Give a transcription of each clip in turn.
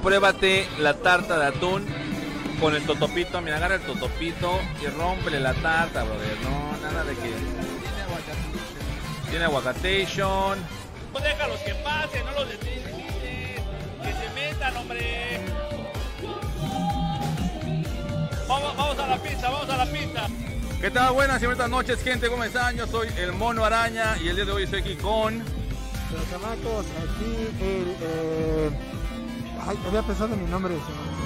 pruébate la tarta de atún con el totopito. Mira, agarra el totopito y rómpele la tarta, brother. No, nada de que tiene aguacatation. No déjalos que pasen, no los detienes, que se metan, hombre. Vamos a la pista, vamos a la pista. ¿Qué tal? Buenas y buenas noches, gente. ¿Cómo están? Yo soy el Mono Araña y el día de hoy estoy aquí con... Los chamacos, aquí el... Ay, había pensado en mi nombre.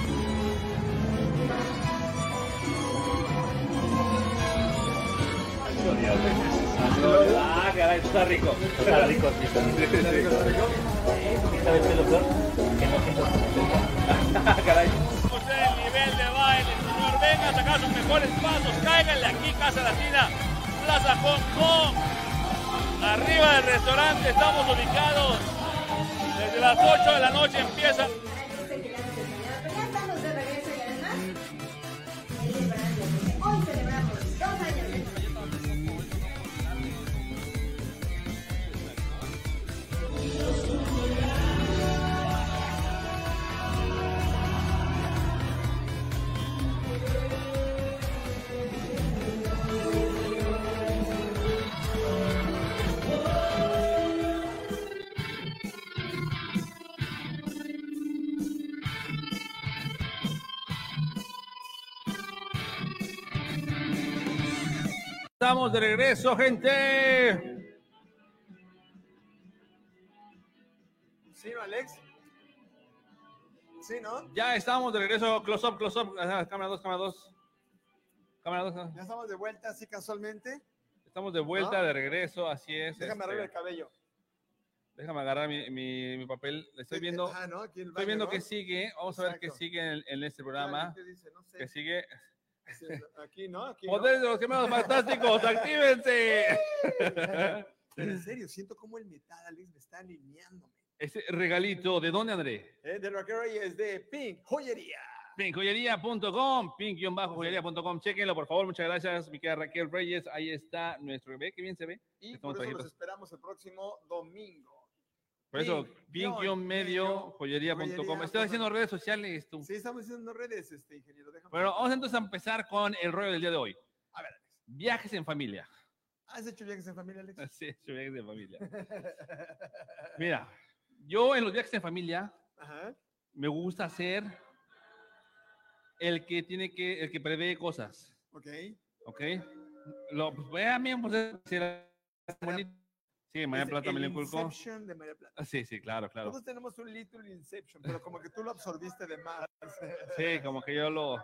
Ah, caray, está rico. Está rico, sí. ¿Está rico? ¿Sabes qué es lo peor? Que no siento. Caray. El nivel de baile, señor. Venga a sacar sus mejores pasos. Cáiganle aquí, Casa Latina, Plaza Hong Kong. Arriba del restaurante estamos ubicados. Desde las 8 de la noche empiezan. Ya estamos de regreso y además celebrando, porque hoy celebramos 2 años de Estamos de regreso, gente. ¿Sí, no, Alex? ¿Sí, no? Ya estamos de regreso. Close up, close up. Ajá, cámara 2, cámara 2. Cámara 2. Ya estamos de vuelta, así casualmente. Estamos de vuelta, ¿no? De regreso, así es. Déjame arreglar el cabello. Déjame agarrar mi papel. Estoy viendo, Ah, ¿no? Aquí el estoy baño, viendo ¿no? que sigue. Vamos a ver qué Exacto. sigue en este programa. ¿Qué dice? No sé. Que sigue. Aquí, ¿no? Aquí, Poderes de los Gemelos Fantásticos, actívense. En serio, siento como el metal, Alex, me está alineándome. Ese regalito, ¿de dónde, André? De Rockero y es de Pink, joyería. Pinkjoyería.com, pink-joyería.com. Chéquenlo, por favor. Muchas gracias, mi querida Raquel Reyes. Ahí está nuestro bebé, que bien se ve. Y Estamos por eso los trajitos. esperamos el próximo domingo. Por eso, pink-joyería.com. Estoy haciendo redes sociales, tú. Sí, estamos haciendo redes, ingeniero. Déjame. Bueno, vamos entonces a empezar con el rollo del día de hoy. A ver, Alex. Viajes en familia. ¿Has hecho viajes en familia, Alex? Sí, he hecho viajes en familia. Mira, yo en los viajes en familia Ajá. me gusta ser el que prevé cosas. Ok. ¿Ok? Pues, a mí, pues, bonito. Sí, María Plata me le inculcó. Inception de María Plata. Sí, claro. Todos tenemos un little Inception, pero como que tú lo absorbiste de más. Sí, como que yo lo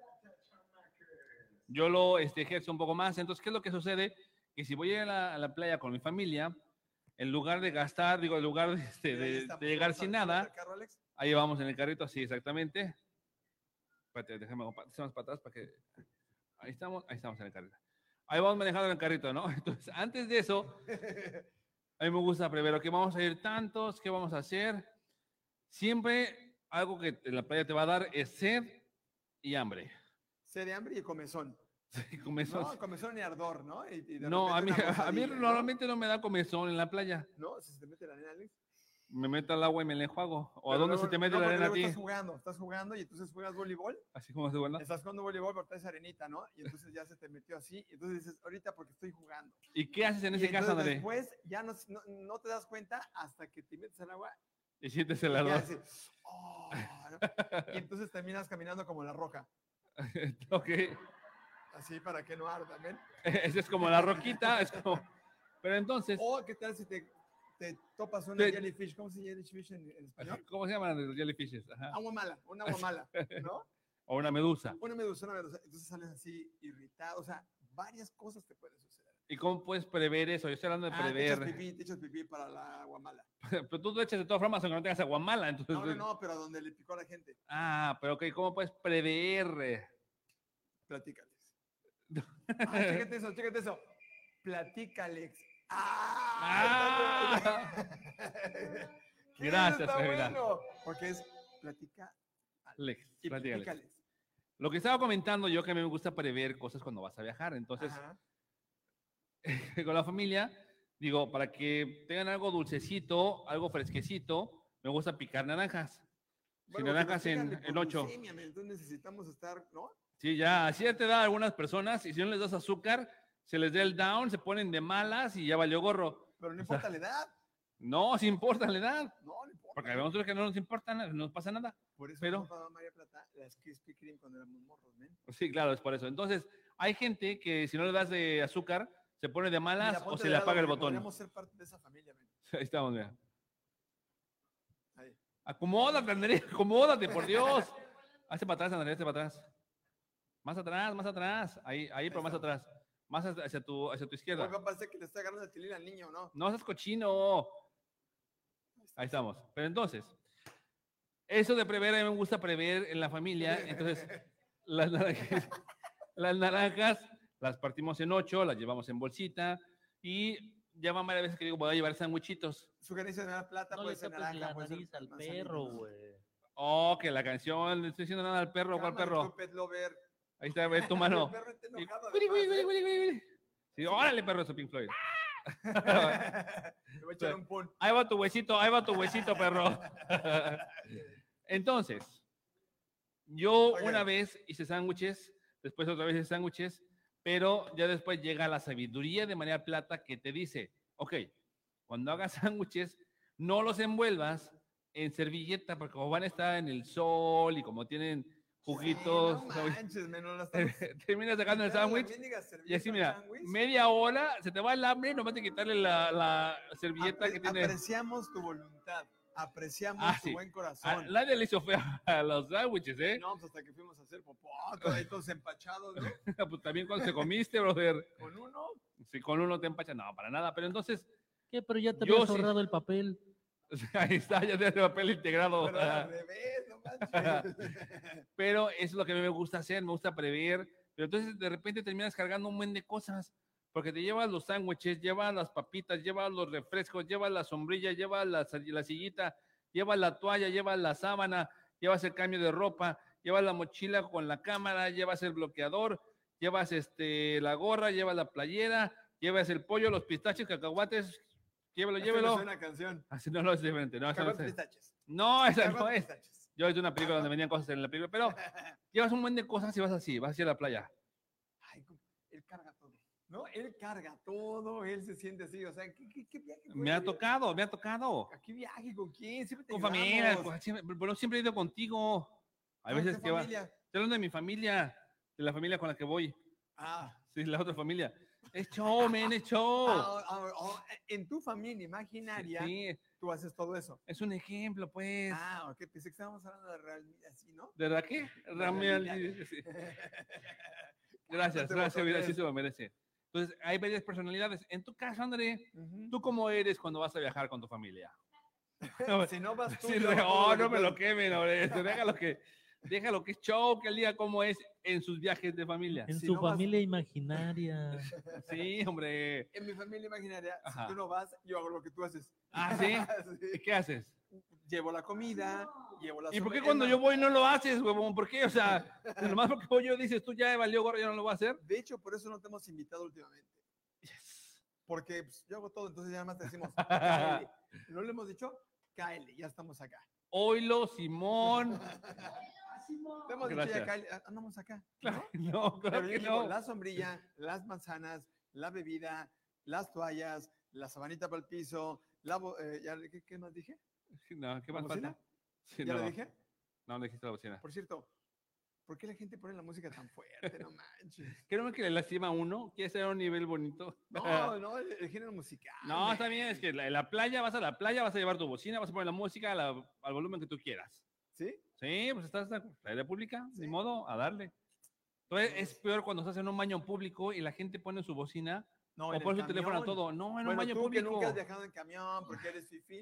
ejerzo un poco más. Entonces, ¿qué es lo que sucede? Que si voy a la playa con mi familia, en lugar de gastar, en lugar de llegar sin nada, Carro, Alex? ahí vamos en el carrito, así exactamente. Espérate, déjame más para atrás para que... Ahí estamos en el carrito. Ahí vamos manejando en el carrito, ¿no? Entonces, antes de eso, a mí me gusta prever, ok, vamos a ir tantos, ¿qué vamos a hacer? Siempre algo que en la playa te va a dar es sed y hambre. Sed de hambre y comezón. Sí, comezón. No, comezón y ardor, ¿no? Y de No, a repente mí, una a mí gozadilla, normalmente no me da comezón en la playa. ¿no? Si se te mete la arena, Alex. Me meto al agua y me le enjuago. ¿O a Pero dónde luego- se te mete no, la porque arena a luego ti? Estás jugando y entonces juegas voleibol. Así como se vuelve. Estás jugando voleibol porque traes arenita, ¿no? Y entonces ya se te metió así. Y entonces dices, ahorita porque estoy jugando. ¿Y qué haces en Y ese caso, entonces André? después ya no te das cuenta hasta que te metes al agua. Y sientes el Y ya ardor. dices, "Oh", ¿no? Y entonces terminas caminando como la roca. Ok. Así para que no arda, ¿ven? Esa es como la roquita. Es como... Pero entonces, O qué tal si te topas una Te- jellyfish. ¿Cómo se llama jellyfish en español? ¿cómo se llaman los jellyfishes? Ajá. Agua mala, una agua mala, ¿no? O una medusa. Una medusa. Entonces sales así irritado. O sea, varias cosas te pueden suceder. ¿Y cómo puedes prever eso? Yo estoy hablando de prever. Te echas pipí para la agua mala. Pero tú lo echas de todas formas aunque no tengas agua mala. Entonces... No, pero donde le picó a la gente. Ah, pero ok, ¿cómo puedes prever? Platícales. Chécate eso. Platícales. Ah. Gracias, está Fabiola. bueno, porque es platica Lex, y platícales. platícales. Lo que estaba comentando yo que a mí me gusta prever cosas cuando vas a viajar. Entonces, Ajá. con la familia, digo, para que tengan algo dulcecito, algo fresquecito, me gusta picar naranjas. Bueno, naranjas porque nos en pegan de el 8. hipoglucemia, entonces necesitamos estar, ¿no? Sí, ya, así ya te da a algunas personas y si no les das azúcar, se les da el down, se ponen de malas y ya valió gorro. Pero no O sea, importa la edad. No, sí importa la edad, No, no importa. porque vemos que no nos importa, no nos pasa nada. Por eso pero- nos daba María Plata las Krispy Kreme cuando éramos morros, ¿ven? Sí, claro, es por eso. Entonces, hay gente que si no le das de azúcar, se pone de malas Mira, o ponte se de le lado apaga el porque botón. Podríamos ser parte de esa familia, ven. Ahí estamos, mira. Ahí. Acomódate, Andrés, acomódate, por Dios. Hazte para atrás, Andrés, hazte para atrás. Más atrás. Ahí, pero más está. atrás. Más hacia tu izquierda. Oiga, parece que le está agarrando el tilín al niño, ¿no? No seas cochino. Ahí estamos. Pero entonces, eso de prever, a mí me gusta prever en la familia. Entonces, las naranjas las partimos en 8, las llevamos en bolsita y ya van varias veces que digo, voy a llevar sándwichitos. Sugerencia de la plata No puede le ser tapes naranja, la puede ser nariz al manzanita, perro, ¿no? güey. Oh, que la canción, no estoy diciendo nada al perro, ¿cuál Cámara, perro? tú, pet lover. Ahí está, ve tu mano. El perro está Y- enojado Wiri, wiri, además, wiri, wiri, wiri. Sí, órale, perro, eso Pink Floyd. Le voy a echar un pun. Ahí va tu huesito, perro. Entonces, yo Ok. una vez hice sándwiches, después otra vez hice sándwiches, pero ya después llega la sabiduría de María Plata que te dice, ok, cuando hagas sándwiches, no los envuelvas en servilleta, porque como van a estar en el sol y como tienen juguitos, Sí, no ¿sabes? manches, menos las estamos- terminas sacando el Quitar la sándwich mendiga y así, servilleta mira, sándwich. media hora, se te va el hambre, nomás te quitarle la servilleta que tiene. Apreciamos tu voluntad, apreciamos Ah, tu sí. buen A corazón. nadie le hizo feo a los sándwiches, ¿eh? No, pues hasta que fuimos a hacer popó, todos todos empachados, ¿no? Pues también cuando te comiste, brother. Con uno. Si con uno te empachas, no, para nada. Pero entonces, ¿Qué? Pero ya te Yo habías sí. ahorrado el papel. ahí está, ya tiene papel integrado. Pero al revés, no manches. Pero eso es lo que a mí me gusta hacer, me gusta prever. Pero entonces de repente terminas cargando un buen de cosas. Porque te llevas los sándwiches, llevas las papitas, llevas los refrescos, llevas la sombrilla, llevas la sillita, llevas la toalla, llevas la sábana, llevas el cambio de ropa, llevas la mochila con la cámara, llevas el bloqueador, llevas la gorra, llevas la playera, llevas el pollo, los pistachos, cacahuates, llévalo, Esto no llévalo. es una canción. Así no, es diferente. No, esa no, Cacahuates, es, pistaches. no, esa no Cacahuates, es. pistaches. Yo es de una película donde venían cosas en la película, pero llevas un buen de cosas y vas así, vas hacia la playa. Ay, él carga todo. ¿No? Él carga todo, él se siente así. O sea, ¿qué viaje? Me ha tocado, me ha tocado. ¿A qué viaje? ¿Con quién? Siempre te Con familia, llevamos. bueno, siempre he ido contigo. Hay ¿Con veces qué que va. familia? Estoy hablando de mi familia, de la familia con la que voy. Ah. Sí, la otra familia. Es show, men, es show. En tu familia imaginaria, Sí, tú haces todo eso. es un ejemplo, pues. Ah, ok, pensé que estábamos hablando de realidad, así, ¿no? ¿De verdad qué? Sí. Gracias, te gracias, botones. así se lo merece. Entonces, hay varias personalidades. En tu caso, André, Ujú. ¿tú cómo eres cuando vas a viajar con tu familia? Si no vas tú, Sí, yo hago todo no me lo puedo. quemen, hombre. Déjalo que es show, que él diga cómo es en sus viajes de familia. En Si su no vas- familia imaginaria. Sí, hombre. En mi familia imaginaria, Ajá. si tú no vas, yo hago lo que tú haces. Ah, ¿sí? Sí. ¿Y qué haces? Llevo la comida, llevo la ¿Y por qué sombrilla. cuando yo voy no lo haces, huevón? ¿Por qué? O sea, nomás porque voy yo dices, tú ya valió gorro, ya no lo voy a hacer. De hecho, por eso no te hemos invitado últimamente. Porque pues, yo hago todo, entonces ya nada más te decimos, cáele. ¿No le hemos dicho? Cáele, ya estamos acá. Oilo, Simón. Te hemos dicho Gracias. ya, cáele, andamos acá. Claro, ¿no? no, Pero claro yo que digo, no. la sombrilla, las manzanas, la bebida, las toallas, la sabanita para el piso, ¿qué más dije? No, ¿qué ¿La más bocina? falta? Sí, ¿Ya no, lo dije? no dijiste la bocina. Por cierto, ¿por qué la gente pone la música tan fuerte? No manches. Creo que le lastima a uno, quiere ser a un nivel bonito. No, el género musical. No, güey. está bien, es que en la playa, vas a la playa, vas a llevar tu bocina, vas a poner la música al volumen que tú quieras. ¿Sí? Sí, pues estás en la área pública, Sí. ni modo, a darle. Entonces es peor cuando estás en un baño público y la gente pone su bocina No, o en el pone su teléfono a camión. todo. No, en un Bueno, baño tú que público. nunca has viajado en camión porque eres fifi.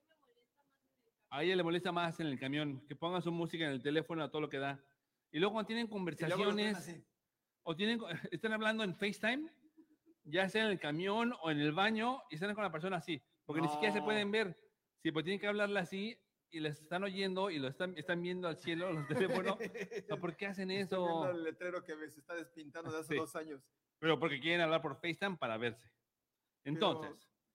A ella le molesta más en el camión, que pongan su música en el teléfono a todo lo que da. Y luego cuando tienen Y luego los conversaciones ven así. o están hablando en FaceTime, ya sea en el camión o en el baño, y están con la persona así, porque ni siquiera se No. pueden ver. Sí, pues tienen que hablarle así y les están oyendo y están viendo al cielo los teléfonos. O sea, ¿por qué hacen Estoy viendo eso? el letrero que se está despintando de hace Sí. 2 años. Pero porque quieren hablar por FaceTime para verse. Entonces, Pero, la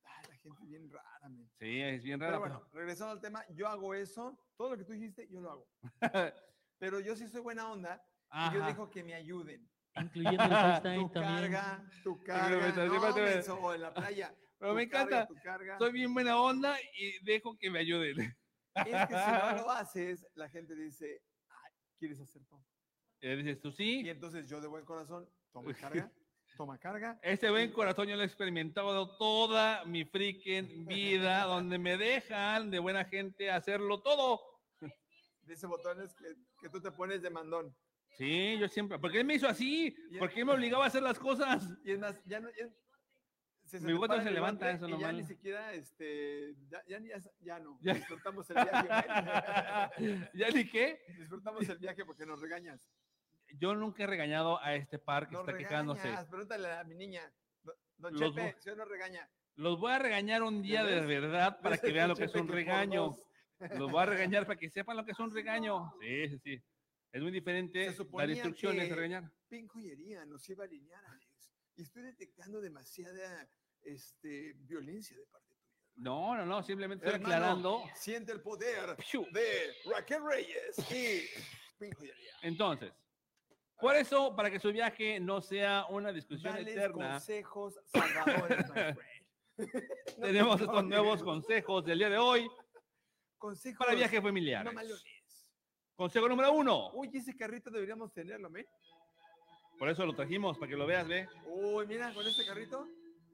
gente bien rara, men. Sí, es bien Pero raro. bueno, regresando al tema, yo hago eso, todo lo que tú dijiste, yo lo hago. Pero yo sí soy buena onda y yo Ajá. dejo que me ayuden. Incluyendo el FaceTime Tu también. carga, Pero no, espérate. menso, o en la playa. Pero tu me carga, encanta. tu carga. Soy bien buena onda y dejo que me ayuden. Es que si no lo haces, la gente dice, "Ay, ¿quieres hacer todo?" Y le dices tú Y sí. entonces yo de buen corazón, toma carga. Este buen corazón yo lo he experimentado toda mi freaking vida, donde me dejan de buena gente hacerlo todo. Dice Botones que tú te pones de mandón. Sí, yo siempre. ¿Por qué él me hizo así? Y- ¿Por qué me obligaba a hacer las cosas? Y es más, ya no. Se Mi bote para se el levanta, bigote eso y ya normal. ni siquiera, ya no. Ya. Disfrutamos el viaje, men. ¿Ya ni qué? Disfrutamos el viaje porque nos regañas. Yo nunca he regañado a este par que Nos está quejándose. regañas, pregúntale a mi niña. Don Los Chepe, bo- ¿sí o no regaña? Los voy a regañar un día ¿Ya de ves? verdad para que Dice vean Don lo que es Chepe un por regaño. dos. Los voy a regañar para que sepan lo que es un regaño. Sí, sí, sí. Es muy diferente Se dar suponía instrucciones que- de regañar. Pink Joyería nos iba a alinear, Alex. Y estoy detectando demasiada violencia de parte tuya. No, simplemente estoy Hermano, aclarando. siente el poder Piu. de Raquel Reyes y Pink Joyería. Entonces, por eso, para que su viaje no sea una discusión Dales eterna, consejos salvadores, my friend. No tenemos te estos toques. nuevos consejos del día de hoy Consejos para viajes familiares. mamalones. Consejo número 1. Uy, ese carrito deberíamos tenerlo, ¿me? Por eso lo trajimos, para que lo veas, ve. Uy, mira, con este carrito.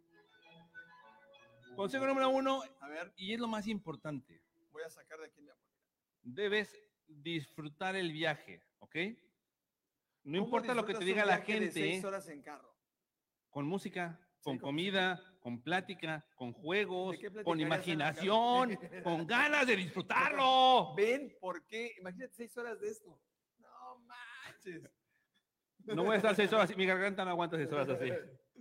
Consejo número 1, A ver, y es lo más importante. voy a sacar de aquí mi abuela. Debes disfrutar el viaje, ¿ok? No ¿Cómo importa lo que te disfrutas diga un la viaje de gente, 6 horas en carro? con música, con con comida, con plática, con juegos, ¿De qué con platicarías en la imaginación, carretera? con ganas de disfrutarlo. ¿Ven por qué? Imagínate 6 horas de esto. No manches. No voy a estar 6 horas así, mi garganta no aguanta 6 horas así.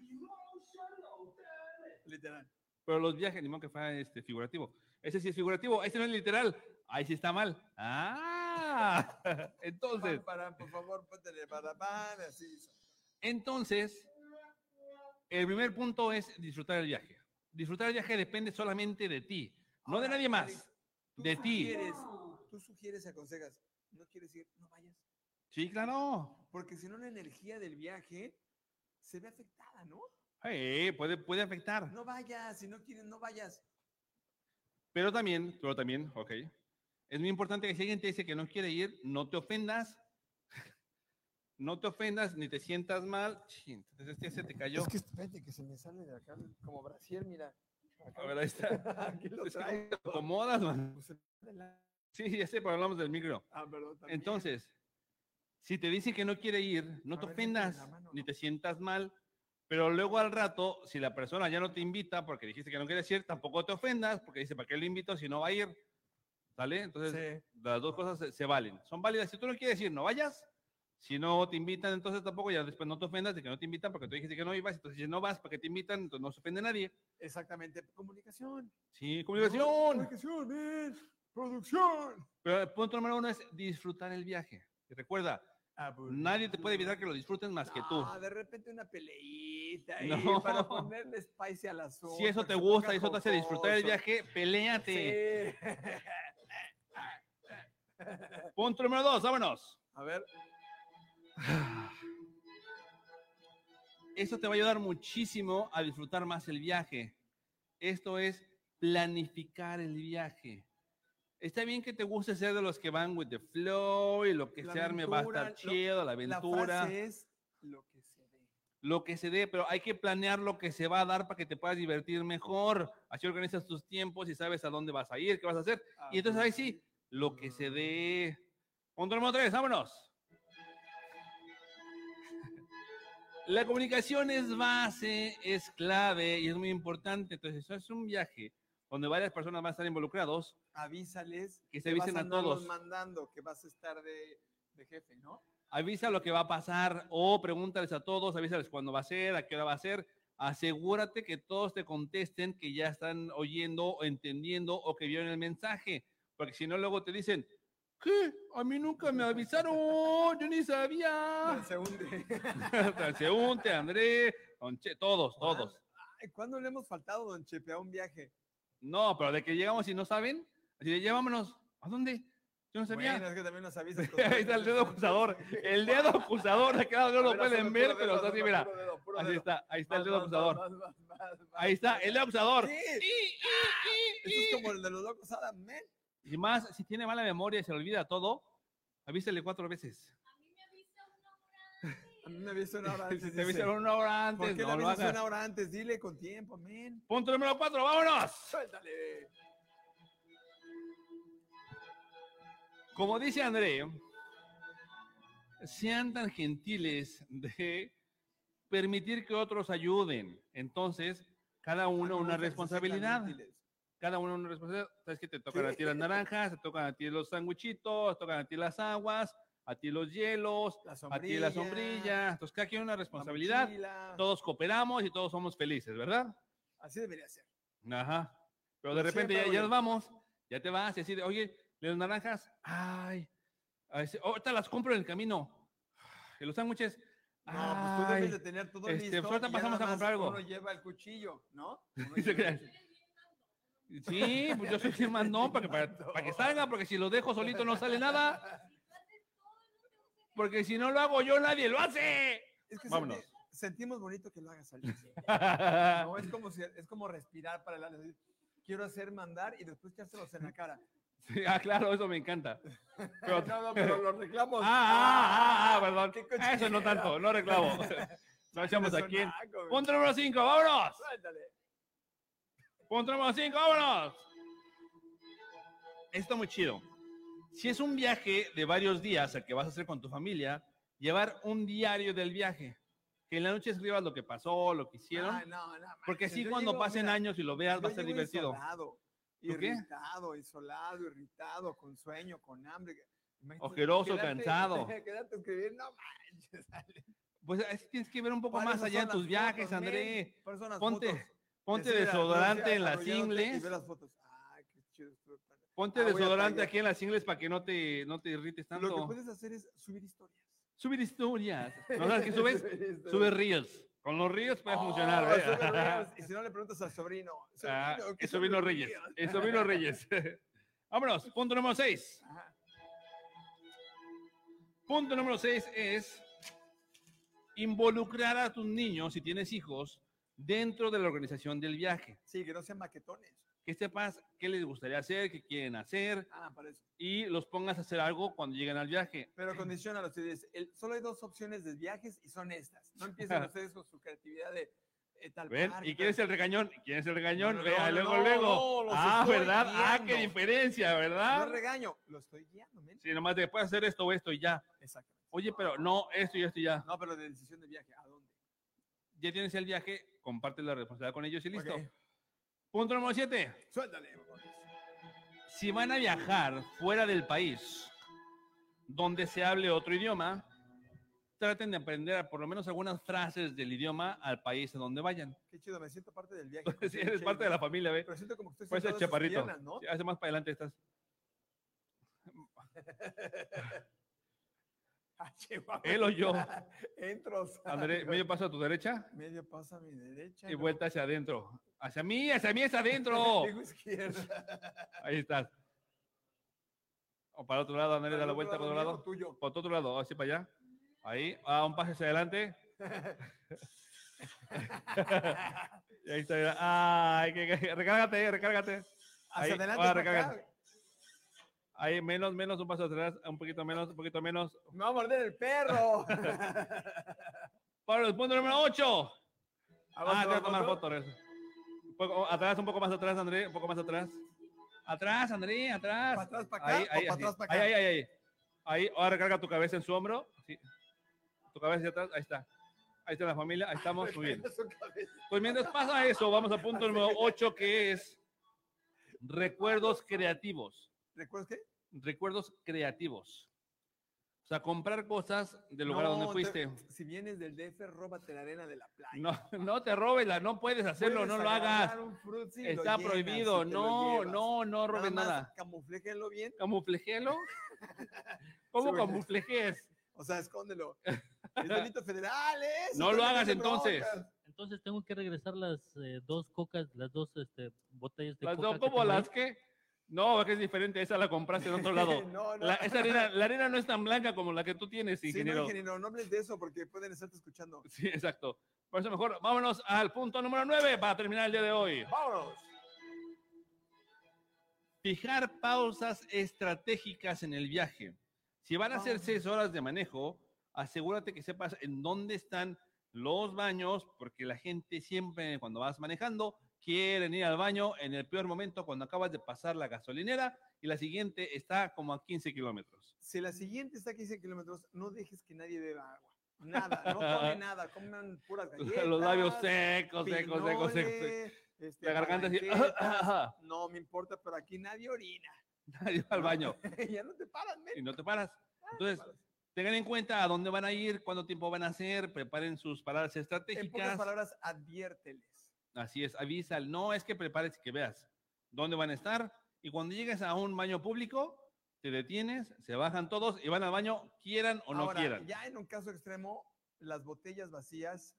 Literal. Pero los viajes, ni modo que fuera figurativo. Ese sí es figurativo, este no es literal. Ahí sí está mal. Ah, entonces, Por favor, póntele para así. entonces, el primer punto es disfrutar el viaje. Disfrutar el viaje depende solamente de ti, no de Ahora, nadie más, Alex, tú de ti. sugieres y aconsejas, no quieres ir, no vayas. Sí, claro. Porque si no, la energía del viaje se ve afectada, ¿no? Puede afectar. No vayas, si no quieres, no vayas. Pero también, ok. Es muy importante que si alguien te dice que no quiere ir, no te ofendas. No te ofendas ni te sientas mal. Chin, entonces se te cayó. Es que espérate que se me sale de acá como brasier, mira. Acá. A ver, ahí está. Aquí lo Es que traigo. no te acomodas, man. Pues, de la- Sí, ya sé, pero hablamos del micro. perdón, también. Entonces, si te dice que no quiere ir, no A te ver, métele ofendas, la mano, ni ¿no? te sientas mal. Pero luego al rato, si la persona ya no te invita porque dijiste que no quieres ir, tampoco te ofendas porque dice, ¿para qué lo invito si no va a ir? ¿Sale? Entonces, las dos cosas se valen. Son válidas. Si tú no quieres ir, no vayas. Si no te invitan, entonces tampoco, ya después no te ofendas de que no te invitan porque tú dijiste que no ibas. Entonces, si no vas porque te invitan, entonces no se ofende nadie. Exactamente, comunicación. Sí, comunicación. Comunicación, men. Producción. Pero el punto número 1 es disfrutar el viaje. Y recuerda, nadie te puede evitar que lo disfrutes más que tú. De repente una peleita ahí No. para ponerle spicy al asunto. Si eso que te se gusta ponga y eso te hace disfrutar el jocoso. viaje, peléate. Sí. Punto número 2, vámonos. A ver, Esto te va a ayudar muchísimo a disfrutar más el viaje. Esto es planificar el viaje. Está bien que te guste ser de los que van with the flow y lo que La se arme va a estar aventura, chido, la la aventura, frase es lo que se ve. lo que se dé, pero hay que planear lo que se va a dar para que te puedas divertir mejor. Así organizas tus tiempos y sabes a dónde vas a ir, qué vas a hacer. Y entonces ahí sí, lo que se dé. Punto número 3, vámonos. La comunicación es base, es clave y es muy importante. Entonces, eso es un viaje donde varias personas van a estar involucrados. Avísales Que se avisen vas a andarlos todos. mandando, que vas a estar de jefe, ¿no? Avisa lo que va a pasar o pregúntales a todos, avísales cuándo va a ser, a qué hora va a ser. Asegúrate que todos te contesten, que ya están oyendo o entendiendo o que vieron el mensaje. Porque si no, luego te dicen, ¿qué? A mí nunca me avisaron, yo ni sabía. Se hunde. Transeúnte, André, todos. Ay, ¿cuándo le hemos faltado, don Chepe, a un viaje? No, pero de que llegamos y no saben, así de, llevámonos. ¿A dónde? Yo no sabía. Bueno, es que también nos avisas. Ahí está el dedo acusador. El dedo acusador, de quedado no lo pueden ver, pero está así, mira. Así está, ahí está el dedo acusador. Ahí está, el dedo acusador. Sí. Esto es como el de los locos Adam, men. Y más, si tiene mala memoria y se le olvida todo, avísale 4 veces. A mí me avisa una hora antes. Si te dice. avisaron 1 hora antes, ¿Por qué no le lo avisas hagas. una hora antes? Dile con tiempo, men. Punto número 4, vámonos. Suéltale. Como dice André, sean tan gentiles de permitir que otros ayuden. Entonces, cada uno una responsabilidad. Cada uno una responsabilidad. Sabes que te tocan a ti las naranjas, te tocan a ti los sandwichitos, te tocan a ti las aguas, a ti los hielos, a ti la sombrilla. Entonces, cada quien una responsabilidad. Todos cooperamos y todos somos felices, ¿verdad? Así debería ser. Ajá. Pero de repente ya nos vamos, ya te vas y así de, oye, las naranjas, ay, ahorita las compro en el camino. Y los sándwiches, no, pues tú debes de tener todo listo. Pues ahorita pasamos a comprar algo. Uno lleva el cuchillo, ¿no? Sí, pues yo soy quien mandó para que salga, porque si lo dejo solito no sale nada. Porque si no lo hago yo, nadie lo hace. Es que vámonos. Sentimos bonito que lo hagas salir. No, es como respirar para el aire. Quiero hacer mandar y después echárselos en la cara. Sí, claro, eso me encanta. Pero, no, pero los reclamos. Perdón. Eso no tanto, no reclamo. Nos echamos aquí. Punto número 5, vámonos. Suéltale. Punto número 5, vámonos. Está muy chido. Si es un viaje de varios días el que vas a hacer con tu familia, llevar un diario del viaje. Que en la noche escribas lo que pasó, lo que hicieron. Porque así cuando pasen años y lo veas va a ser divertido. Irritado, isolado, irritado, con sueño, con hambre. Ojeroso, cansado. Quédate a escribir, no manches. Pues tienes que ver un poco más allá en tus viajes, André. Ponte Decir, desodorante en las ingles. Ponte desodorante aquí en las ingles para que no te irrites tanto. Lo que puedes hacer es subir historias. Subir historias. ¿No sabes qué subes? Subes reels. Con los reels puede funcionar. Y si no le preguntas al sobrino. Es sobrino Reyes. Es sobrino Reyes. Vámonos. Punto número 6. Punto número 6 es involucrar a tus niños, si tienes hijos, dentro de la organización del viaje. Sí, que no sean maquetones. Que sepas qué les gustaría hacer, qué quieren hacer. Para eso. Y los pongas a hacer algo cuando lleguen al viaje. Pero condiciona los ustedes. Solo hay 2 opciones de viajes y son estas. No empiecen ustedes con su creatividad de tal ¿ven? parque, ¿Y quién es el regañón? ¿Quién es el regañón? No, Vea, no, luego. los estoy ¿Verdad? guiando. Qué diferencia, ¿verdad? No regaño, lo estoy guiando, men. Sí, nomás después hacer esto o esto y ya. Exactamente. Oye, pero no, esto y esto y ya. No, pero de decisión de viaje, ¿a dónde? Ya tienes el viaje, comparte la responsabilidad con ellos y listo. Ok. Punto número 7. Suéltale. Si van a viajar fuera del país, donde se hable otro idioma, traten de aprender por lo menos algunas frases del idioma al país a donde vayan. Qué chido, me siento parte del viaje. Sí, eres parte de la familia, ¿ve? Pero siento como que estoy Puedes ser sentado en sus chaparrito. piernas, ¿no? Sí, hace más para adelante estás. Él o yo. Entros. André, medio paso a tu derecha Medio paso a mi derecha. y vuelta hacia adentro. Hacia mí es adentro. Digo izquierda. Ahí estás. O para otro lado, André, da la vuelta para otro lado. Tuyo. Por otro lado, así para allá. Ahí, un paso hacia adelante. Y ahí está. Mira. Ay, recárgate. Hacia Ahí, adelante. ahora para recárgate. acá. Ahí, menos, un paso atrás, un poquito menos. Me va a morder el perro. Para el punto número 8. Te voy a tomar foto? foto. Atrás, un poco más atrás, André, un poco más atrás. Atrás, André, atrás. ¿Para atrás, para acá? Ahí, ¿O para así. atrás, para acá? Ahí. Ahí, ahora recarga tu cabeza en su hombro. Sí. Tu cabeza hacia atrás, ahí está. Ahí está la familia, ahí estamos, muy bien. Pues mientras pasa eso, vamos al punto número 8, que es recuerdos creativos. ¿Recuerdas qué? Recuerdos creativos. O sea, comprar cosas del lugar donde fuiste. Si vienes del DF, róbate la arena de la playa. No te robes, no puedes hacerlo, Puedes no lo hagas. agarrar un Fruitsy y lo Está llenas prohibido, y te lo llevas. no robes más nada. Camufléjenlo bien. ¿Camuflejelo? ¿Cómo Sí, camuflejes? O sea, escóndelo. Es delito federal, ¿eh? No lo hagas entonces. Entonces tengo que regresar las dos cocas, las dos botellas de Las coca. dos que como tengo ahí. las que. No, que es diferente. Esa la compraste en otro lado. No, no. La arena no es tan blanca como la que tú tienes, Sí, ingeniero. no, ingeniero, no hables de eso porque pueden estarte escuchando. Sí, exacto. Por eso mejor, vámonos al punto número 9 para terminar el día de hoy. ¡Vámonos! Fijar pausas estratégicas en el viaje. Si van a hacer 6 horas de manejo, asegúrate que sepas en dónde están los baños, porque la gente siempre cuando vas manejando quieren ir al baño en el peor momento cuando acabas de pasar la gasolinera y la siguiente está como a 15 kilómetros. Si la siguiente está a 15 kilómetros, no dejes que nadie beba agua. Nada, no tome nada, coman puras galletas. Los labios secos, secos, secos, secos. pinole, La garganta así. palanquetas. No me importa, pero aquí nadie orina. Nadie va al baño Ya no te paras, men. y no te paras. Ah, Entonces, te paras. tengan en cuenta a dónde van a ir, cuánto tiempo van a hacer, preparen sus paradas En pocas estratégicas. palabras, adviérteles. Así es, avisa. No es que prepares y que veas dónde van a estar. Y cuando llegues a un baño público, te detienes, se bajan todos y van al baño, quieran o no Ahora, quieran. ya en un caso extremo, las botellas vacías.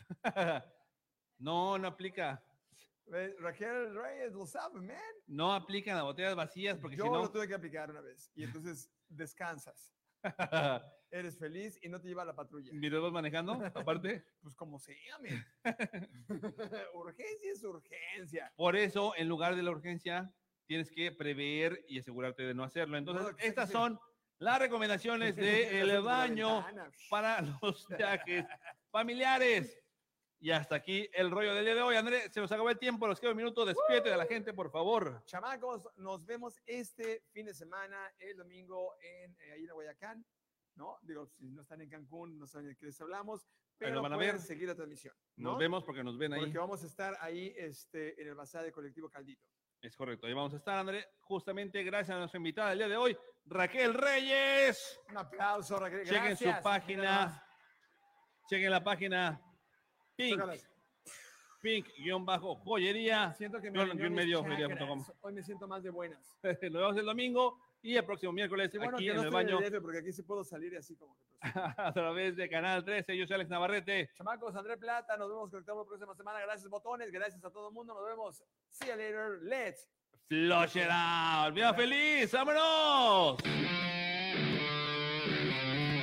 No, no aplica. Raquel Reyes lo sabe, man. No aplican las botellas vacías porque Yo si lo no. tuve que aplicar una vez. Y entonces descansas. Eres feliz y no te lleva a la patrulla. ¿Videos vas manejando? Aparte. Pues como sea, men. Urgencia es urgencia. Por eso, en lugar de la urgencia, tienes que prever y asegurarte de no hacerlo. Entonces, No, que estas sí. son las recomendaciones del Por la baño ventana. para los viajes familiares. Y hasta aquí el rollo del día de hoy. André, se nos acabó el tiempo, nos queda un minuto. Despídete de la gente, por favor. Chamacos, nos vemos este fin de semana, el domingo, ahí en Guayacán, ¿no? Digo, si no están en Cancún, no saben de qué les hablamos, pero lo van a pueden ver. seguir la transmisión, ¿no? Nos vemos porque nos ven ahí. Porque vamos a estar ahí en el bazar de Colectivo Caldito. Es correcto, ahí vamos a estar, André. Justamente gracias a nuestra invitada del día de hoy, Raquel Reyes. Un aplauso, Raquel. Chequen Gracias. su página. Chequen la página Pink, Tócalas. Pink-joyería. Siento que Guión alineó mis medio, chakras. joyería.com. Hoy me siento más de buenas. Nos vemos el domingo y el próximo miércoles Sí, bueno, aquí que en no el estoy baño en el DF, porque aquí sí puedo salir y así como que... pues. a través de Canal 13. Yo soy Alex Navarrete. Chamacos, André Plata, nos vemos conectados la próxima semana. Gracias, botones. Gracias a todo el mundo. Nos vemos. See you later. Let's Flush it out. ¡Viva feliz! ¡Vámonos!